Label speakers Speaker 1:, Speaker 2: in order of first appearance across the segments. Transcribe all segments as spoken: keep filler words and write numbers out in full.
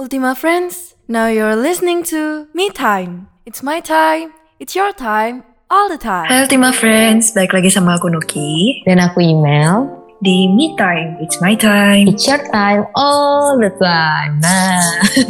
Speaker 1: Ultima friends, now you're listening to Me Time. It's my time, it's your time, all the time.
Speaker 2: Hai Ultima Friends, balik lagi sama aku Nuki
Speaker 3: dan aku Email
Speaker 2: di Me Time, it's my time,
Speaker 3: it's your time, all the time. Nah,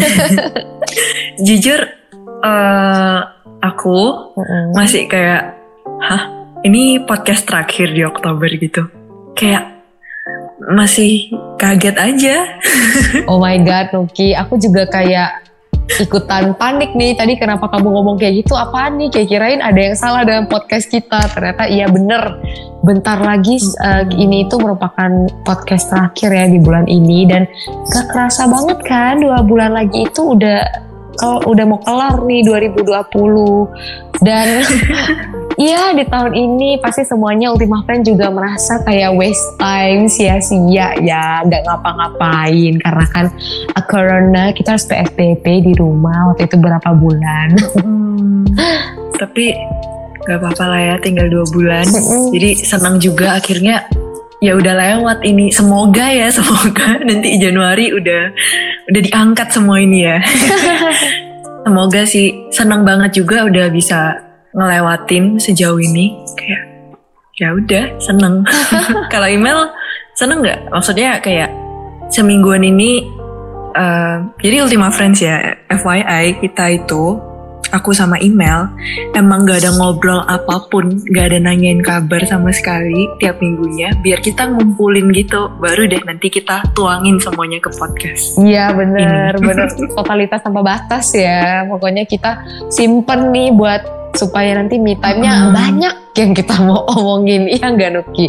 Speaker 2: jujur uh, aku
Speaker 3: Mm-mm.
Speaker 2: masih kayak, hah, ini podcast terakhir di Oktober gitu. Kayak masih kaget aja.
Speaker 3: Oh my god Nuki, aku juga kayak ikutan panik nih. Tadi kenapa kamu ngomong kayak gitu, apaan nih? Kayak kirain ada yang salah dalam podcast kita. Ternyata iya bener, bentar lagi uh, ini itu merupakan podcast terakhir ya di bulan ini. Dan gak kerasa banget kan, dua bulan lagi itu udah kalau udah mau kelar nih dua ribu dua puluh. Dan iya, di tahun ini pasti semuanya Ultima Friends juga merasa kayak waste time, sia-sia ya, gak ngapa-ngapain karena kan uh, corona, kita harus P S B B di rumah waktu itu berapa bulan.
Speaker 2: hmm, Tapi gak apa-apa lah ya, tinggal dua bulan. Jadi senang juga akhirnya ya udah lewat ini. Semoga ya, semoga nanti Januari udah udah diangkat semua ini ya. Semoga sih, senang banget juga udah bisa ngelewatin sejauh ini. Kayak ya udah seneng. Kalau Email seneng nggak? Maksudnya kayak semingguan ini uh, jadi Ultima Friends ya, F Y I kita itu, aku sama Email emang gak ada ngobrol apapun, gak ada nanyain kabar sama sekali tiap minggunya, biar kita ngumpulin gitu, baru deh nanti kita tuangin semuanya ke podcast.
Speaker 3: Iya bener, bener, totalitas tanpa batas ya. Pokoknya kita simpen nih buat supaya nanti me time-nya
Speaker 2: Mm.
Speaker 3: banyak yang kita mau omongin, iya gak Nuki?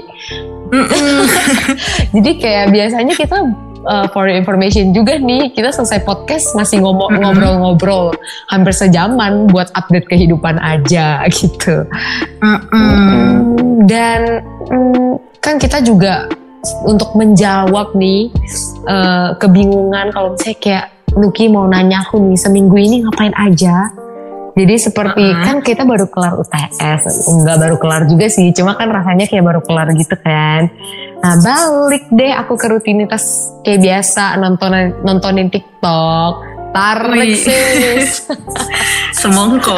Speaker 3: Jadi kayak biasanya kita uh, for information juga nih, kita selesai podcast masih ngomong,
Speaker 2: Mm-mm.
Speaker 3: ngobrol-ngobrol hampir sejaman buat update kehidupan aja gitu.
Speaker 2: Mm-mm.
Speaker 3: Dan mm, kan kita juga untuk menjawab nih uh, kebingungan kalau misalnya kayak Nuki mau nanya aku nih seminggu ini ngapain aja. Jadi seperti
Speaker 2: Uh-huh.
Speaker 3: kan kita baru kelar U T S, enggak baru kelar juga sih, cuma kan rasanya kayak baru kelar gitu kan. Nah balik deh aku ke rutinitas kayak biasa, nontonin nontonin TikTok, tarik
Speaker 2: Wih.
Speaker 3: sis.
Speaker 2: Semongko.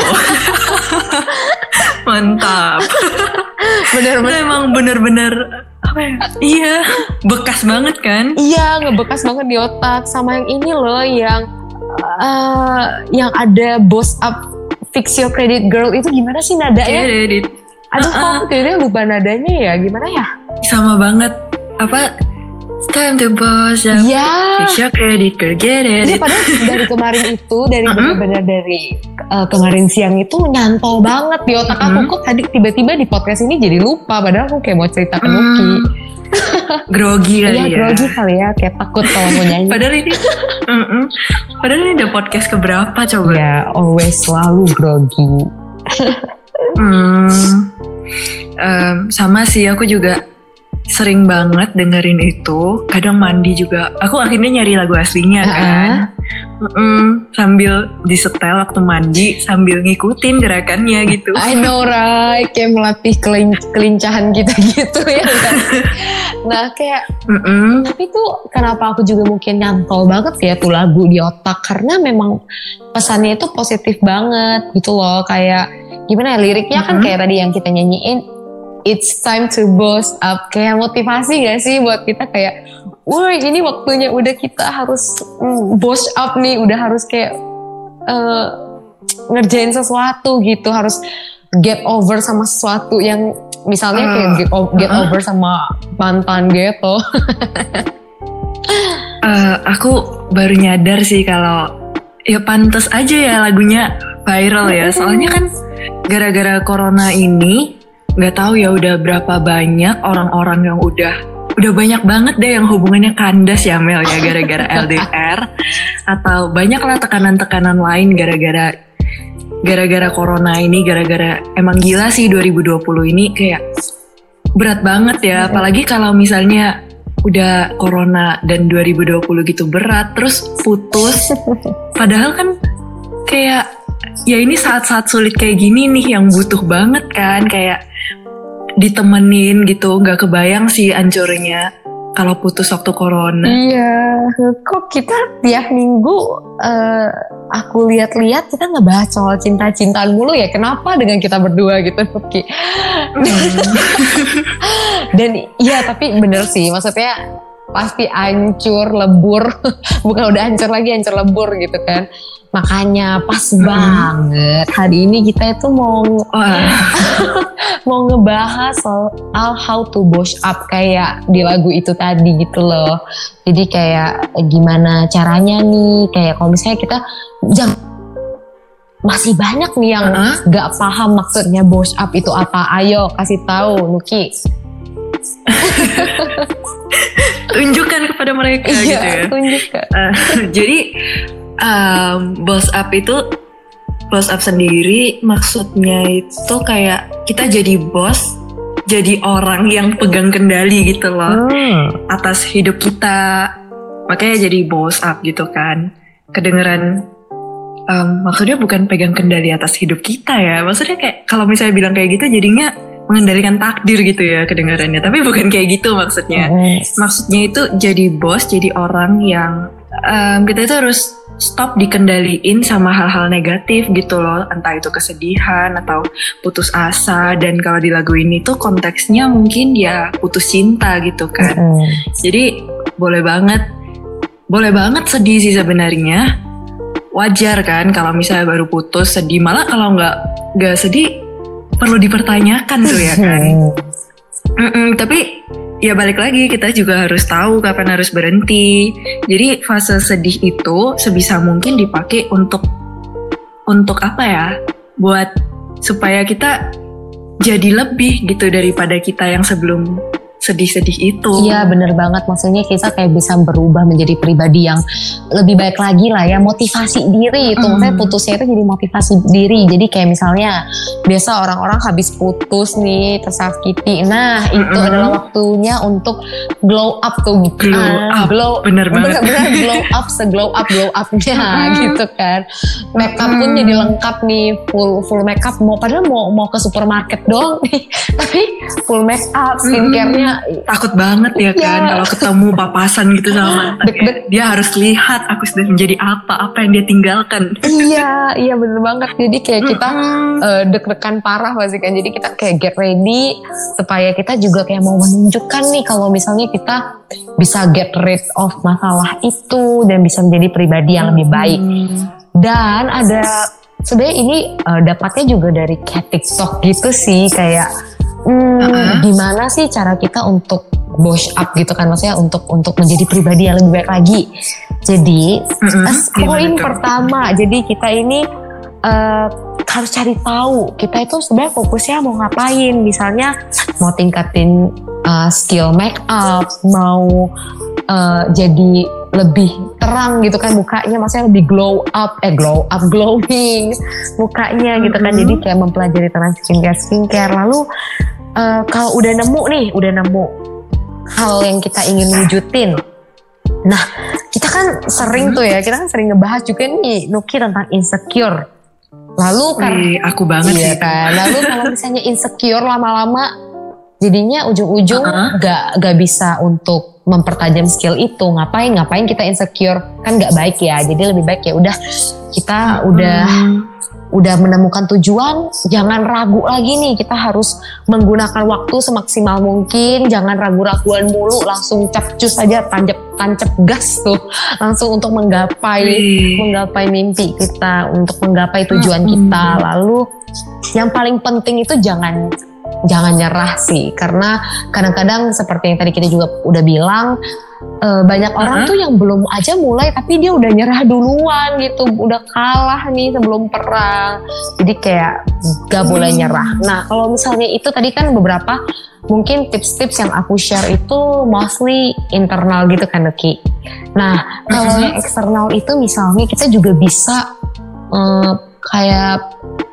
Speaker 2: Mantap. Itu
Speaker 3: Bener-bener.
Speaker 2: emang bener-bener apa ya? Iya, bekas banget kan?
Speaker 3: Iya, ngebekas banget di otak. Sama yang ini loh, yang uh, yang ada boss up fix your credit girl itu gimana sih nadanya?
Speaker 2: Get it.
Speaker 3: Aduh,
Speaker 2: Uh-uh.
Speaker 3: kok tiba-tiba lupa nadanya ya? Gimana ya?
Speaker 2: Sama banget. Apa? It's time to boss up.
Speaker 3: Iya.
Speaker 2: Fix your credit girl, get
Speaker 3: Iya,
Speaker 2: it.
Speaker 3: padahal dari kemarin itu, dari
Speaker 2: Uh-uh.
Speaker 3: benar-benar dari uh, kemarin siang itu nyantol banget di otak aku.
Speaker 2: Uh-uh.
Speaker 3: Kok tadi tiba-tiba di podcast ini jadi lupa, padahal aku kayak mau cerita ke Nuki.
Speaker 2: Hmm, grogi kali
Speaker 3: Iya,
Speaker 2: ya.
Speaker 3: grogi kali ya, kayak takut kalau mau nyanyi.
Speaker 2: Padahal ini, mm-mm. Padahal ini udah podcast keberapa coba?
Speaker 3: Ya, always selalu grogi.
Speaker 2: Hmm, em, sama sih aku juga sering banget dengerin itu. Kadang mandi juga. Aku akhirnya nyari lagu aslinya kan. Mm-mm, sambil disetel waktu mandi, sambil ngikutin gerakannya gitu.
Speaker 3: I know right, kayak melatih kelin- kelincahan kita gitu ya kan. Nah kayak,
Speaker 2: Mm-mm.
Speaker 3: tapi tuh kenapa aku juga mungkin nyantol banget ya tuh lagu di otak, karena memang pesannya itu positif banget gitu loh. Kayak gimana ya, liriknya kan
Speaker 2: Mhm.
Speaker 3: kayak tadi yang kita nyanyiin, it's time to boss up. Kayak motivasi gak sih buat kita kayak, woi ini waktunya udah kita harus mm, boss up nih, udah harus kayak uh, ngerjain sesuatu gitu, harus get over sama sesuatu yang misalnya kayak get, o- get
Speaker 2: Uh, uh.
Speaker 3: over sama mantan gitu.
Speaker 2: Eh, aku baru nyadar sih kalau ya pantas aja ya lagunya viral ya. Soalnya kan gara-gara corona ini, nggak tahu ya udah berapa banyak orang-orang yang udah udah banyak banget deh yang hubungannya kandas ya Mel ya, gara-gara L D R atau banyak lah tekanan-tekanan lain gara-gara gara-gara corona ini, gara-gara emang gila sih dua ribu dua puluh ini kayak berat banget ya. Apalagi kalau misalnya udah corona dan dua ribu dua puluh gitu berat terus putus, padahal kan kayak ya ini saat-saat sulit kayak gini nih yang butuh banget kan kayak ditemenin gitu. Nggak kebayang sih hancurnya kalau putus waktu corona.
Speaker 3: Iya, kok kita tiap minggu uh, aku lihat-lihat kita ngebahas soal cinta-cintaan mulu ya. Kenapa dengan kita berdua gitu, Nuki? Hmm. Dan iya, tapi bener sih, maksudnya pasti hancur, lebur. Bukan udah hancur lagi, hancur lebur gitu kan. Makanya pas hmm. banget hari ini kita itu mau oh. mau ngebahas soal how to boss up kayak di lagu itu tadi gitu loh. Jadi kayak gimana caranya nih, kayak kalau misalnya kita jangan, masih banyak nih yang uh-huh. gak paham maksudnya boss up itu apa. Ayo kasih tahu Nuki.
Speaker 2: Tunjukkan kepada mereka
Speaker 3: iya,
Speaker 2: gitu ya.
Speaker 3: Tunjukkan.
Speaker 2: Uh, jadi Um, boss up itu boss up sendiri maksudnya itu kayak kita jadi bos, jadi orang yang pegang kendali gitu loh hmm. atas hidup kita, makanya jadi boss up gitu kan. Kedengeran um, maksudnya bukan pegang kendali atas hidup kita ya, maksudnya kayak kalau misalnya bilang kayak gitu jadinya mengendalikan takdir gitu ya kedengarannya, tapi bukan kayak gitu maksudnya. Hmm. Maksudnya itu jadi bos, jadi orang yang um, kita itu harus stop dikendaliin sama hal-hal negatif gitu loh, entah itu kesedihan atau putus asa. Dan kalau di lagu ini tuh konteksnya mungkin ya putus cinta gitu kan. Mm-hmm. Jadi boleh banget boleh banget sedih sih sebenarnya, wajar kan kalau misalnya baru putus sedih. Malah kalau nggak nggak sedih perlu dipertanyakan tuh ya kan. Mm-mm, tapi ya balik lagi, kita juga harus tahu kapan harus berhenti. Jadi fase sedih itu sebisa mungkin dipakai untuk untuk apa ya? Buat supaya kita jadi lebih gitu daripada kita yang sebelum sedih-sedih itu.
Speaker 3: Iya bener banget, maksudnya kita kayak bisa berubah menjadi pribadi yang lebih baik lagi lah ya, motivasi diri itu. Mm. Maksudnya putusnya itu jadi motivasi diri. Jadi kayak misalnya biasa orang-orang habis putus nih, tersakiti, nah itu mm-hmm. adalah waktunya untuk glow up tuh.
Speaker 2: Glow uh, up, glow, bener banget.
Speaker 3: Bener-bener glow up, se-glow up, glow upnya mm-hmm. gitu kan. Makeup pun mm-hmm. jadi lengkap nih, full full makeup. Mau padahal mau mau ke supermarket doang nih, tapi full makeup, skincare-nya
Speaker 2: takut banget ya kan ya. Kalau ketemu papasan gitu sama mantan ya. Dia harus lihat aku sudah menjadi apa apa yang dia tinggalkan.
Speaker 3: Iya iya bener banget. Jadi kayak kita uh, deg-degan parah pasti kan. Jadi kita kayak get ready supaya kita juga kayak mau menunjukkan nih kalau misalnya kita bisa get rid of masalah itu dan bisa menjadi pribadi yang lebih baik. Dan ada sebenarnya ini uh, dapatnya juga dari kayak TikTok gitu sih, kayak Hmm, uh-huh. gimana sih cara kita untuk boss up gitu kan, maksudnya untuk untuk menjadi pribadi yang lebih baik lagi. Jadi uh-huh. poin pertama, jadi kita ini uh, harus cari tahu kita itu sebenarnya fokusnya mau ngapain. Misalnya mau tingkatin uh, skill make up, mau uh, jadi lebih terang gitu kan mukanya, maksudnya lebih glow up, eh glow up, glowing mukanya gitu kan. Mm-hmm. Jadi kayak mempelajari tentang skincare skincare. Lalu uh, kalau udah nemu nih, udah nemu hal yang kita ingin wujudin. Nah, kita kan sering tuh ya, kita kan sering ngebahas juga nih Nuki tentang insecure. Lalu kan,
Speaker 2: Wih, aku banget
Speaker 3: iya
Speaker 2: sih
Speaker 3: kan. Lalu kalau misalnya insecure lama-lama, jadinya ujung-ujung uh-huh. gak, gak bisa untuk mempertajam skill itu. Ngapain ngapain kita insecure, kan nggak baik ya. Jadi lebih baik ya udah kita hmm. udah udah menemukan tujuan, jangan ragu lagi nih. Kita harus menggunakan waktu semaksimal mungkin, jangan ragu-raguan mulu, langsung capcus aja, tancap tancap gas tuh langsung untuk menggapai hmm. menggapai mimpi kita, untuk menggapai tujuan hmm. kita. Lalu yang paling penting itu jangan jangan nyerah sih, karena kadang-kadang seperti yang tadi kita juga udah bilang, uh, banyak orang uh-huh. tuh yang belum aja mulai tapi dia udah nyerah duluan gitu, udah kalah nih sebelum perang. Jadi kayak gak hmm. boleh nyerah. Nah kalau misalnya itu tadi kan beberapa mungkin tips-tips yang aku share itu mostly internal gitu kan Nuki. Nah kalau uh-huh. yang eksternal itu misalnya kita juga bisa uh, kayak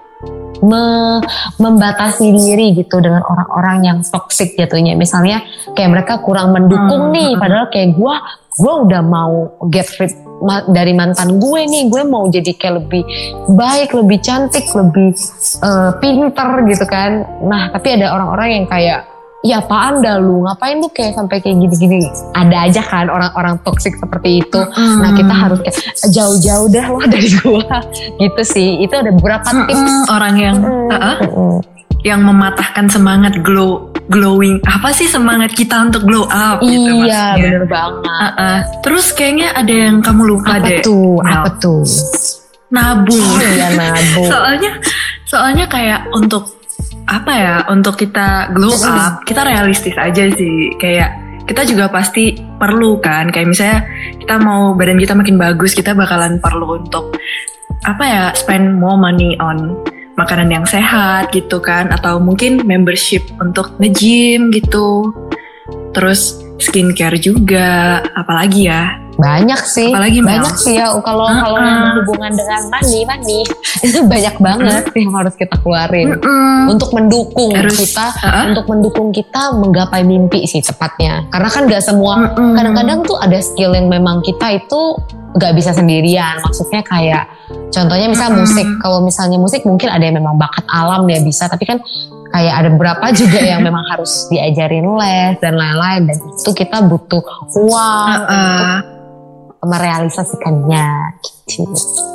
Speaker 3: Me, membatasi diri gitu dengan orang-orang yang toksik jatuhnya. Misalnya kayak mereka kurang mendukung hmm. nih, padahal kayak gue gue udah mau get rid dari mantan gue nih, gue mau jadi kayak lebih baik, lebih cantik, lebih uh, pinter gitu kan. Nah tapi ada orang-orang yang kayak ya apaan dah lu, ngapain lu kayak sampai kayak gini-gini. Ada aja kan orang-orang toksik seperti itu. Mm. Nah kita harus kayak jauh-jauh dah lo dari gua gitu sih. Itu ada beberapa
Speaker 2: Mm-mm.
Speaker 3: tips
Speaker 2: orang yang
Speaker 3: Mm-mm.
Speaker 2: uh-uh,
Speaker 3: Mm-mm.
Speaker 2: yang mematahkan semangat glow glowing apa sih semangat kita untuk glow up gitu
Speaker 3: Iya
Speaker 2: maksudnya.
Speaker 3: bener banget.
Speaker 2: Uh-uh. Terus kayaknya ada yang kamu lupa
Speaker 3: Apa
Speaker 2: deh.
Speaker 3: tuh?
Speaker 2: Mel.
Speaker 3: Apa tuh?
Speaker 2: Nabung.
Speaker 3: Oh iya nabung.
Speaker 2: soalnya soalnya kayak untuk apa ya, untuk kita glow up kita realistis aja sih, kayak kita juga pasti perlu kan, kayak misalnya kita mau badan kita makin bagus, kita bakalan perlu untuk apa ya, spend more money on makanan yang sehat gitu kan, atau mungkin membership untuk nge-gym gitu, terus skincare juga, apalagi ya.
Speaker 3: Banyak sih,
Speaker 2: Apalagi, Mel?
Speaker 3: banyak sih ya kalau
Speaker 2: Uh-uh.
Speaker 3: kalau yang berhubungan dengan money, money itu banyak banget yang harus kita keluarin
Speaker 2: Mm-mm.
Speaker 3: untuk mendukung
Speaker 2: Harus,
Speaker 3: kita,
Speaker 2: uh-uh.
Speaker 3: untuk mendukung kita menggapai mimpi sih tepatnya. Karena kan gak semua,
Speaker 2: Mm-mm.
Speaker 3: kadang-kadang tuh ada skill yang memang kita itu gak bisa sendirian. Maksudnya kayak contohnya misal
Speaker 2: Mm-mm.
Speaker 3: musik, kalau misalnya musik mungkin ada yang memang bakat alam ya bisa, tapi kan kayak ada beberapa juga yang memang harus diajarin les dan lain-lain, dan itu kita butuh uang
Speaker 2: Uh-uh.
Speaker 3: untuk merealisasikannya gitu.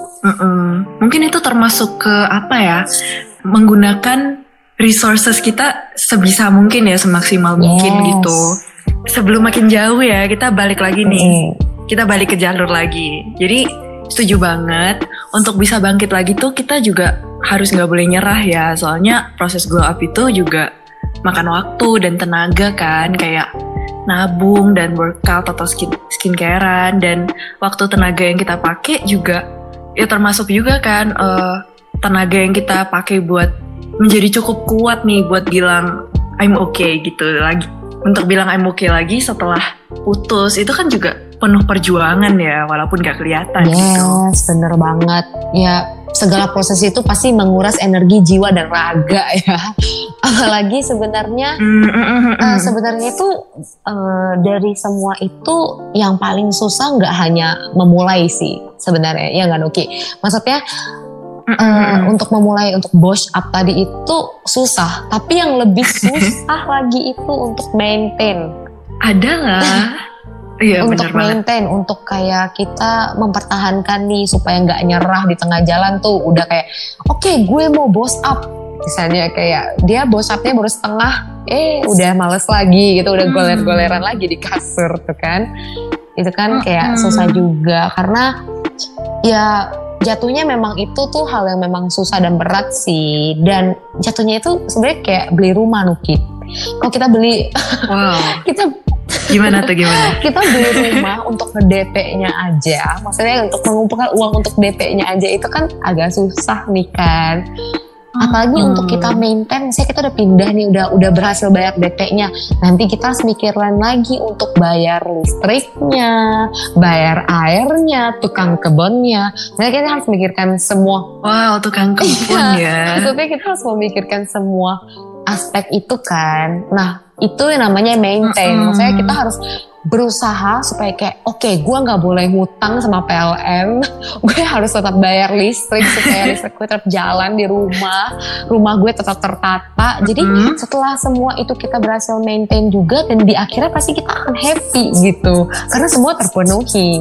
Speaker 2: Mm-mm. Mungkin itu termasuk ke apa ya, menggunakan resources kita sebisa mungkin ya, semaksimal mungkin
Speaker 3: Yes.
Speaker 2: gitu. Sebelum makin jauh ya, kita balik lagi nih,
Speaker 3: Mm-mm.
Speaker 2: kita balik ke jalur lagi. Jadi setuju banget, untuk bisa bangkit lagi tuh kita juga harus gak boleh nyerah ya, soalnya proses glow up itu juga makan waktu dan tenaga kan, kayak nabung dan workout atau skin skincarean, dan waktu tenaga yang kita pakai juga ya termasuk juga kan eh, tenaga yang kita pakai buat menjadi cukup kuat nih buat bilang I'm okay gitu lagi, untuk bilang I'm okay lagi setelah putus, itu kan juga penuh perjuangan ya, walaupun gak kelihatan gitu.
Speaker 3: Yes, bener banget. Ya, segala proses itu pasti menguras energi jiwa dan raga ya. Apalagi sebenarnya
Speaker 2: Mm, mm, mm, mm.
Speaker 3: uh, sebenarnya itu uh, dari semua itu yang paling susah nggak hanya memulai sih sebenarnya, ya nggak Nuki? Maksudnya
Speaker 2: Mm, mm,
Speaker 3: uh,
Speaker 2: mm.
Speaker 3: untuk memulai untuk boss up tadi itu susah, tapi yang lebih susah lagi itu untuk maintain.
Speaker 2: Ada lah. Iya
Speaker 3: Untuk
Speaker 2: benar banget.
Speaker 3: maintain, untuk kayak kita mempertahankan nih supaya nggak nyerah di tengah jalan tuh. Udah kayak, oke okay, gue mau boss up. Misalnya kayak dia boss upnya baru setengah, eh udah males lagi gitu, udah
Speaker 2: Hmm.
Speaker 3: goler-goleran lagi di kasur tuh kan. Itu kan kayak
Speaker 2: Hmm.
Speaker 3: susah juga, karena ya jatuhnya memang itu tuh hal yang memang susah dan berat sih. Dan jatuhnya itu sebenarnya kayak beli rumah Nuki. Kalau kita beli,
Speaker 2: Wow.
Speaker 3: kita
Speaker 2: Gimana tuh gimana?
Speaker 3: kita beli rumah untuk nge-D P-nya aja, maksudnya untuk mengumpulkan uang untuk D P-nya aja itu kan agak susah nih kan. Apalagi
Speaker 2: Hmm.
Speaker 3: untuk kita maintain, misalnya kita udah pindah nih, udah udah berhasil bayar D P-nya, nanti kita harus mikirin lagi untuk bayar listriknya, bayar airnya, tukang kebunnya. Nah kita harus memikirkan semua.
Speaker 2: Wow, tukang kebun ya.
Speaker 3: Maksudnya kita harus memikirkan semua aspek itu kan. Nah itu yang namanya maintain.
Speaker 2: Mm-mm.
Speaker 3: Maksudnya kita harus berusaha supaya kayak oke okay, gue gak boleh ngutang sama P L N, gue harus tetap bayar listrik supaya listrik gue tetap jalan di rumah, rumah gue tetap tertata. Jadi
Speaker 2: Mm-mm.
Speaker 3: setelah semua itu kita berhasil maintain juga, dan di akhirnya pasti kita akan happy gitu karena semua terpenuhi.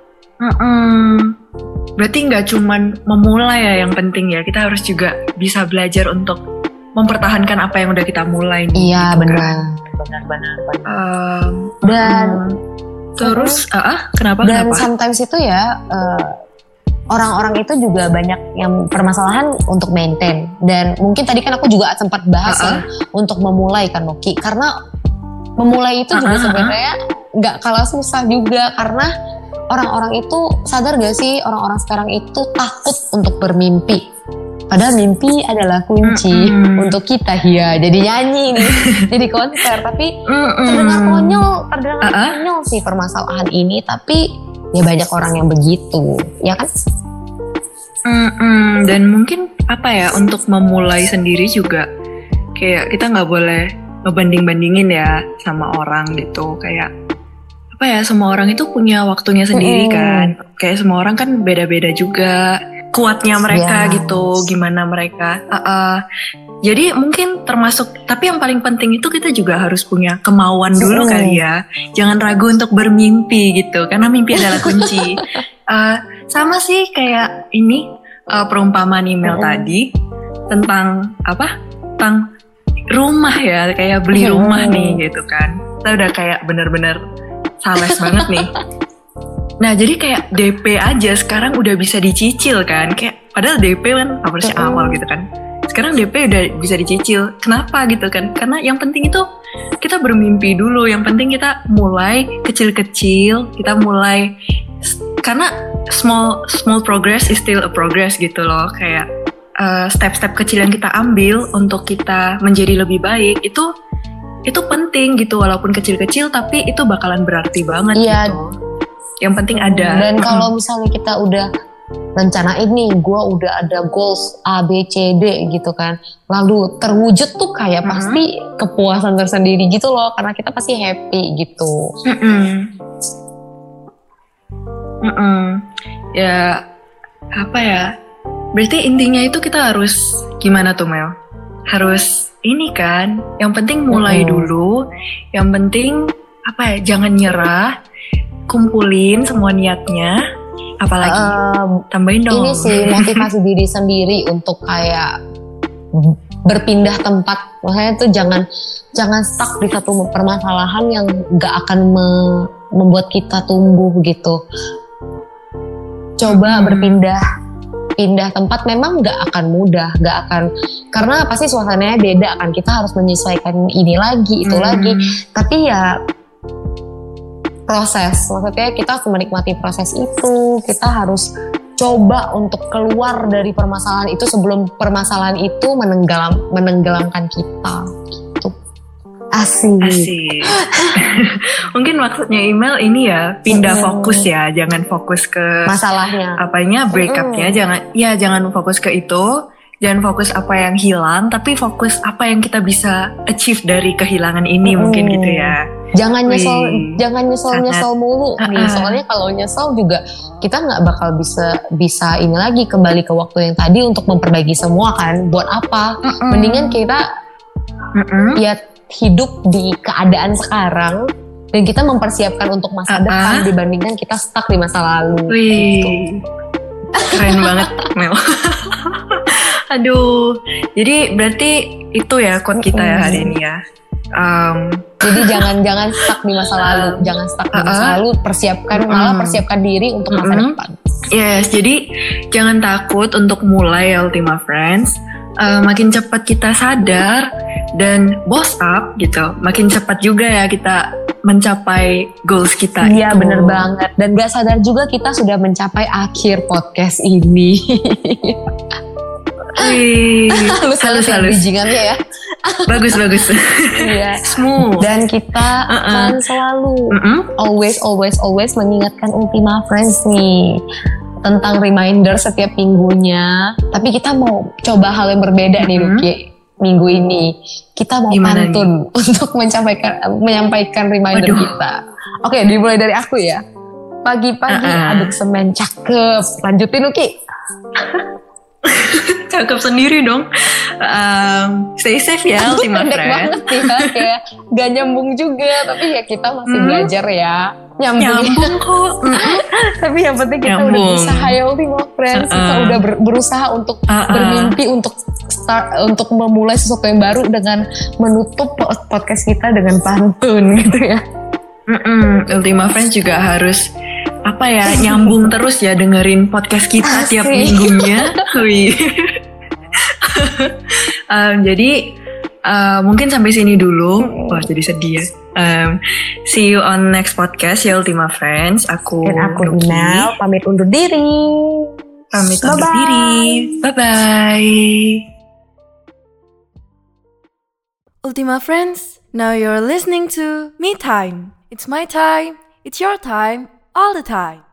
Speaker 2: Mm-mm. Berarti nggak cuman memulai ya yang penting ya, kita harus juga bisa belajar untuk mempertahankan apa yang udah kita mulai nih.
Speaker 3: Iya
Speaker 2: gitu
Speaker 3: benar,
Speaker 2: kan.
Speaker 3: benar, benar, benar.
Speaker 2: Um,
Speaker 3: Dan
Speaker 2: mm, terus, ah, ah, kenapa
Speaker 3: Dan
Speaker 2: kenapa?
Speaker 3: sometimes itu ya eh, orang-orang itu juga banyak yang permasalahan untuk maintain. Dan mungkin tadi kan aku juga sempat bahas
Speaker 2: Uh-uh.
Speaker 3: ya untuk memulai kan Noki, karena memulai itu juga
Speaker 2: Uh-uh, uh-uh.
Speaker 3: sebenarnya nggak kalah susah juga, karena orang-orang itu sadar gak sih, orang-orang sekarang itu takut untuk bermimpi. Padahal mimpi adalah kunci
Speaker 2: Mm-mm.
Speaker 3: untuk kita ya. Jadi nyanyi nih, jadi konser, tapi
Speaker 2: Mm-mm.
Speaker 3: terdengar konyol, terdengar
Speaker 2: Uh-uh.
Speaker 3: konyol sih permasalahan ini, tapi ya banyak orang yang begitu, ya kan?
Speaker 2: Mm-mm. Dan mungkin apa ya, untuk memulai sendiri juga kayak kita nggak boleh ngebanding-bandingin ya sama orang gitu. Kayak apa ya, semua orang itu punya waktunya sendiri
Speaker 3: Mm-mm.
Speaker 2: kan. Kayak semua orang kan beda-beda juga. kuatnya mereka
Speaker 3: Yes.
Speaker 2: gitu, gimana mereka. Uh, uh, jadi mungkin termasuk, tapi yang paling penting itu kita juga harus punya kemauan dulu
Speaker 3: Mm.
Speaker 2: kali ya. Jangan ragu untuk bermimpi gitu, karena mimpi adalah kunci. Uh, sama sih kayak ini uh, perumpamaan email
Speaker 3: Mm.
Speaker 2: tadi tentang apa? Tentang rumah ya, kayak beli
Speaker 3: Mm.
Speaker 2: rumah nih gitu kan. Kita udah kayak bener-bener sales banget nih. Nah jadi kayak D P aja sekarang udah bisa dicicil kan. Kayak padahal D P kan harusnya
Speaker 3: Mm-mm.
Speaker 2: awal gitu kan. Sekarang D P udah bisa dicicil. Kenapa gitu kan? Karena yang penting itu kita bermimpi dulu. Yang penting kita mulai kecil-kecil. Kita mulai, karena small small progress is still a progress gitu loh. Kayak uh, step-step kecil yang kita ambil untuk kita menjadi lebih baik itu itu penting gitu. Walaupun kecil-kecil tapi itu bakalan berarti banget
Speaker 3: Iya.
Speaker 2: gitu. Yang penting ada.
Speaker 3: Dan kalau misalnya kita udah rencanain nih, gue udah ada goals A, B, C, D gitu kan. Lalu terwujud tuh kayak
Speaker 2: Mm-mm.
Speaker 3: pasti kepuasan tersendiri gitu loh. Karena kita pasti happy gitu.
Speaker 2: Mm-mm. Mm-mm. Ya apa ya? Berarti intinya itu kita harus gimana tuh Mel? Harus ini kan. Yang penting mulai
Speaker 3: Mm-mm.
Speaker 2: dulu. Yang penting apa ya? Jangan nyerah. Kumpulin semua niatnya. Apalagi
Speaker 3: Um,
Speaker 2: tambahin dong.
Speaker 3: ini sih motivasi diri sendiri untuk kayak berpindah tempat. Maksudnya tuh jangan jangan stuck di satu permasalahan yang gak akan me- membuat kita tumbuh gitu. Coba
Speaker 2: Hmm.
Speaker 3: berpindah pindah tempat memang gak akan mudah, gak akan, karena pasti suasananya beda kan. Kita harus menyesuaikan ini lagi, itu
Speaker 2: Hmm.
Speaker 3: lagi. Tapi ya proses, maksudnya kita harus menikmati proses itu. Kita harus coba untuk keluar dari permasalahan itu sebelum permasalahan itu menenggelam menenggelamkan kita. Gitu. Asik.
Speaker 2: Asik. Mungkin maksudnya email ini ya pindah
Speaker 3: Mm-mm.
Speaker 2: fokus ya, jangan fokus ke
Speaker 3: Masalahnya.
Speaker 2: apanya breakupnya,
Speaker 3: Mm-mm.
Speaker 2: jangan ya jangan fokus ke itu, jangan fokus apa yang hilang, tapi fokus apa yang kita bisa achieve dari kehilangan ini.
Speaker 3: Mm-mm.
Speaker 2: Mungkin gitu ya.
Speaker 3: Jangan nyesel,
Speaker 2: Wih,
Speaker 3: jangan nyesel
Speaker 2: sangat.
Speaker 3: nyesel mulu nih.
Speaker 2: Uh-uh.
Speaker 3: Soalnya kalau nyesel juga kita nggak bakal bisa bisa ini lagi kembali ke waktu yang tadi untuk memperbaiki semua kan. Buat apa?
Speaker 2: Mm-mm.
Speaker 3: Mendingan kita
Speaker 2: Mm-mm.
Speaker 3: ya hidup di keadaan sekarang dan kita mempersiapkan untuk masa
Speaker 2: Uh-uh.
Speaker 3: depan dibandingkan kita stuck di masa lalu.
Speaker 2: Wih, keren banget Mel. Aduh, jadi berarti itu ya quote kita ya hari ini ya. Um,
Speaker 3: Jadi jangan jangan stuck di masa lalu, jangan stuck di masa
Speaker 2: Uh-uh.
Speaker 3: lalu, persiapkan
Speaker 2: Mm-mm.
Speaker 3: malah persiapkan diri untuk masa
Speaker 2: Mm-mm.
Speaker 3: depan.
Speaker 2: Yes, jadi jangan takut untuk mulai Ultima Friends. Uh, makin cepat kita sadar dan boss up gitu, makin cepat juga ya kita mencapai goals kita.
Speaker 3: Iya
Speaker 2: itu.
Speaker 3: bener banget. Dan gak sadar juga kita sudah mencapai akhir podcast ini.
Speaker 2: Wih,
Speaker 3: Halus halus ya
Speaker 2: halus.
Speaker 3: bridgingannya ya.
Speaker 2: Bagus bagus.
Speaker 3: Iya.
Speaker 2: Smooth.
Speaker 3: Dan kita akan selalu
Speaker 2: Mm-mm.
Speaker 3: always always always mengingatkan Ultima Friends nih tentang reminder setiap minggunya. Tapi kita mau coba hal yang berbeda nih
Speaker 2: Mm-hmm.
Speaker 3: Luki. Minggu ini kita mau
Speaker 2: Gimana
Speaker 3: pantun untuk menyampaikan menyampaikan reminder
Speaker 2: Waduh.
Speaker 3: kita. Oke, dimulai dari aku ya. Pagi-pagi
Speaker 2: Uh-uh.
Speaker 3: aduk semen cakep. Lanjutin Luki.
Speaker 2: Cakep sendiri dong. Um, stay safe ya
Speaker 3: Aduh,
Speaker 2: Ultima
Speaker 3: pendek
Speaker 2: Friends.
Speaker 3: banget ya, kayak gak nyambung juga. Tapi ya kita masih
Speaker 2: Hmm.
Speaker 3: belajar ya. Nyambung.
Speaker 2: Nyambung kok.
Speaker 3: Tapi yang penting kita udah
Speaker 2: Nyambung.
Speaker 3: berusaha ya Ultima Friends. Kita
Speaker 2: Uh-uh.
Speaker 3: udah ber- berusaha untuk
Speaker 2: Uh-uh.
Speaker 3: bermimpi, untuk start, untuk memulai sesuatu yang baru dengan menutup po- podcast kita dengan pantun gitu ya.
Speaker 2: Mm-mm. Ultima Friends juga harus apa ya nyambung terus ya dengerin podcast kita tiap
Speaker 3: Asik.
Speaker 2: minggunya. Wih. Um, jadi uh, mungkin sampai sini dulu. Wah jadi sedih ya. Um, see you on next podcast ya Ultima Friends. Aku
Speaker 3: Dan aku
Speaker 2: Nuki,
Speaker 3: Inal pamit undur diri.
Speaker 2: pamit undur
Speaker 3: Bye-bye.
Speaker 2: diri. Bye bye.
Speaker 1: Ultima friends, now you're listening to Me Time. It's my time, it's your time, all the time.